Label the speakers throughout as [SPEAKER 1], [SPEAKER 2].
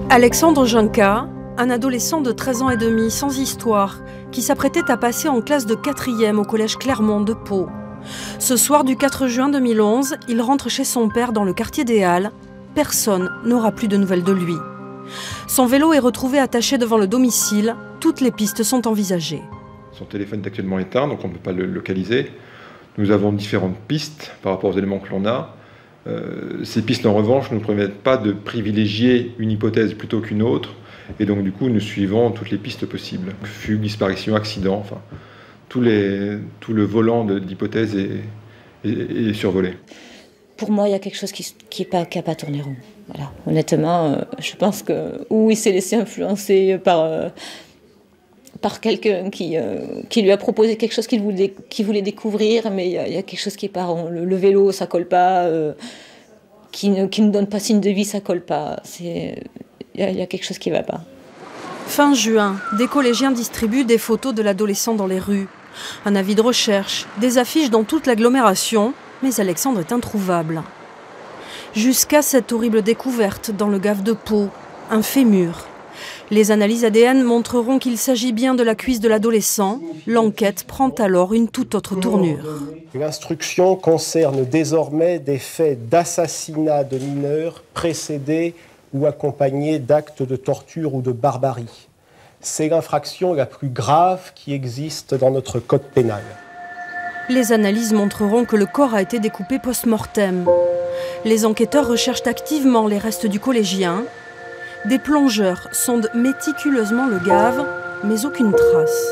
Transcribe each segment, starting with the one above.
[SPEAKER 1] Alexandre Junca, un adolescent de 13 ans et demi, sans histoire, qui s'apprêtait à passer en classe de 4e au collège Clermont de Pau. Ce soir du 4 juin 2011, il rentre chez son père dans le quartier des Halles. Personne n'aura plus de nouvelles de lui. Son vélo est retrouvé attaché devant le domicile. Toutes les pistes sont envisagées.
[SPEAKER 2] Son téléphone est actuellement éteint, donc on ne peut pas le localiser. Nous avons différentes pistes par rapport aux éléments que l'on a. Ces pistes, en revanche, ne nous permettent pas de privilégier une hypothèse plutôt qu'une autre. Et donc, du coup, nous suivons toutes les pistes possibles. Fugue, disparition, accident, enfin, tout le volant d'hypothèses est survolé.
[SPEAKER 3] Pour moi, il y a quelque chose qui n'a pas tourné rond. Voilà. Honnêtement, je pense que il s'est laissé influencer par quelqu'un qui lui a proposé quelque chose qu'il voulait découvrir, mais il y a quelque chose qui est pas rond. Le vélo, ça colle pas. Qui ne donne pas signe de vie, ça colle pas. Il y a quelque chose qui va pas.
[SPEAKER 1] Fin juin, des collégiens distribuent des photos de l'adolescent dans les rues. Un avis de recherche, des affiches dans toute l'agglomération, mais Alexandre est introuvable. Jusqu'à cette horrible découverte dans le gave de Pau, un fémur. Les analyses ADN montreront qu'il s'agit bien de la cuisse de l'adolescent. L'enquête prend alors une toute autre tournure.
[SPEAKER 4] L'instruction concerne désormais des faits d'assassinat de mineurs précédés ou accompagnés d'actes de torture ou de barbarie. C'est l'infraction la plus grave qui existe dans notre code pénal.
[SPEAKER 1] Les analyses montreront que le corps a été découpé post-mortem. Les enquêteurs recherchent activement les restes du collégien. Des plongeurs sondent méticuleusement le gave, mais aucune trace.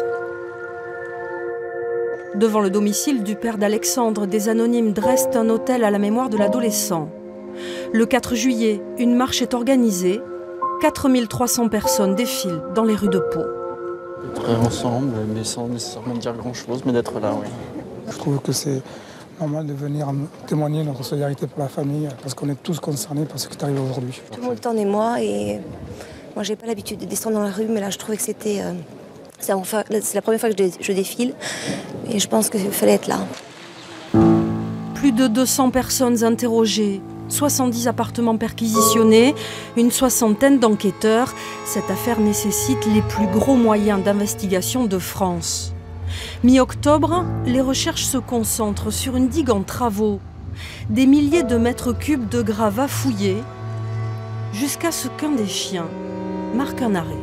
[SPEAKER 1] Devant le domicile du père d'Alexandre, des anonymes dressent un autel à la mémoire de l'adolescent. Le 4 juillet, une marche est organisée. 4300 personnes défilent dans les rues de Pau.
[SPEAKER 5] Être ensemble, mais sans nécessairement dire grand-chose, mais d'être là, oui.
[SPEAKER 6] Je trouve que c'est normal de venir témoigner notre solidarité pour la famille, parce qu'on est tous concernés par ce qui est arrivé aujourd'hui.
[SPEAKER 7] Tout le monde t'en émoi et moi j'ai pas l'habitude de descendre dans la rue, mais là je trouvais que c'est la première fois que je défile et je pense qu'il fallait être là.
[SPEAKER 1] Plus de 200 personnes interrogées, 70 appartements perquisitionnés, une soixantaine d'enquêteurs. Cette affaire nécessite les plus gros moyens d'investigation de France. Mi-octobre, les recherches se concentrent sur une digue en travaux. Des milliers de mètres cubes de gravats fouillés, jusqu'à ce qu'un des chiens marque un arrêt.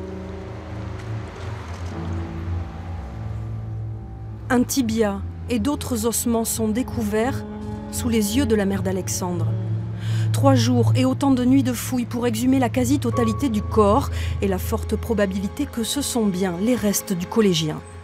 [SPEAKER 1] Un tibia et d'autres ossements sont découverts sous les yeux de la mère d'Alexandre. 3 jours et autant de nuits de fouilles pour exhumer la quasi-totalité du corps et la forte probabilité que ce sont bien les restes du collégien.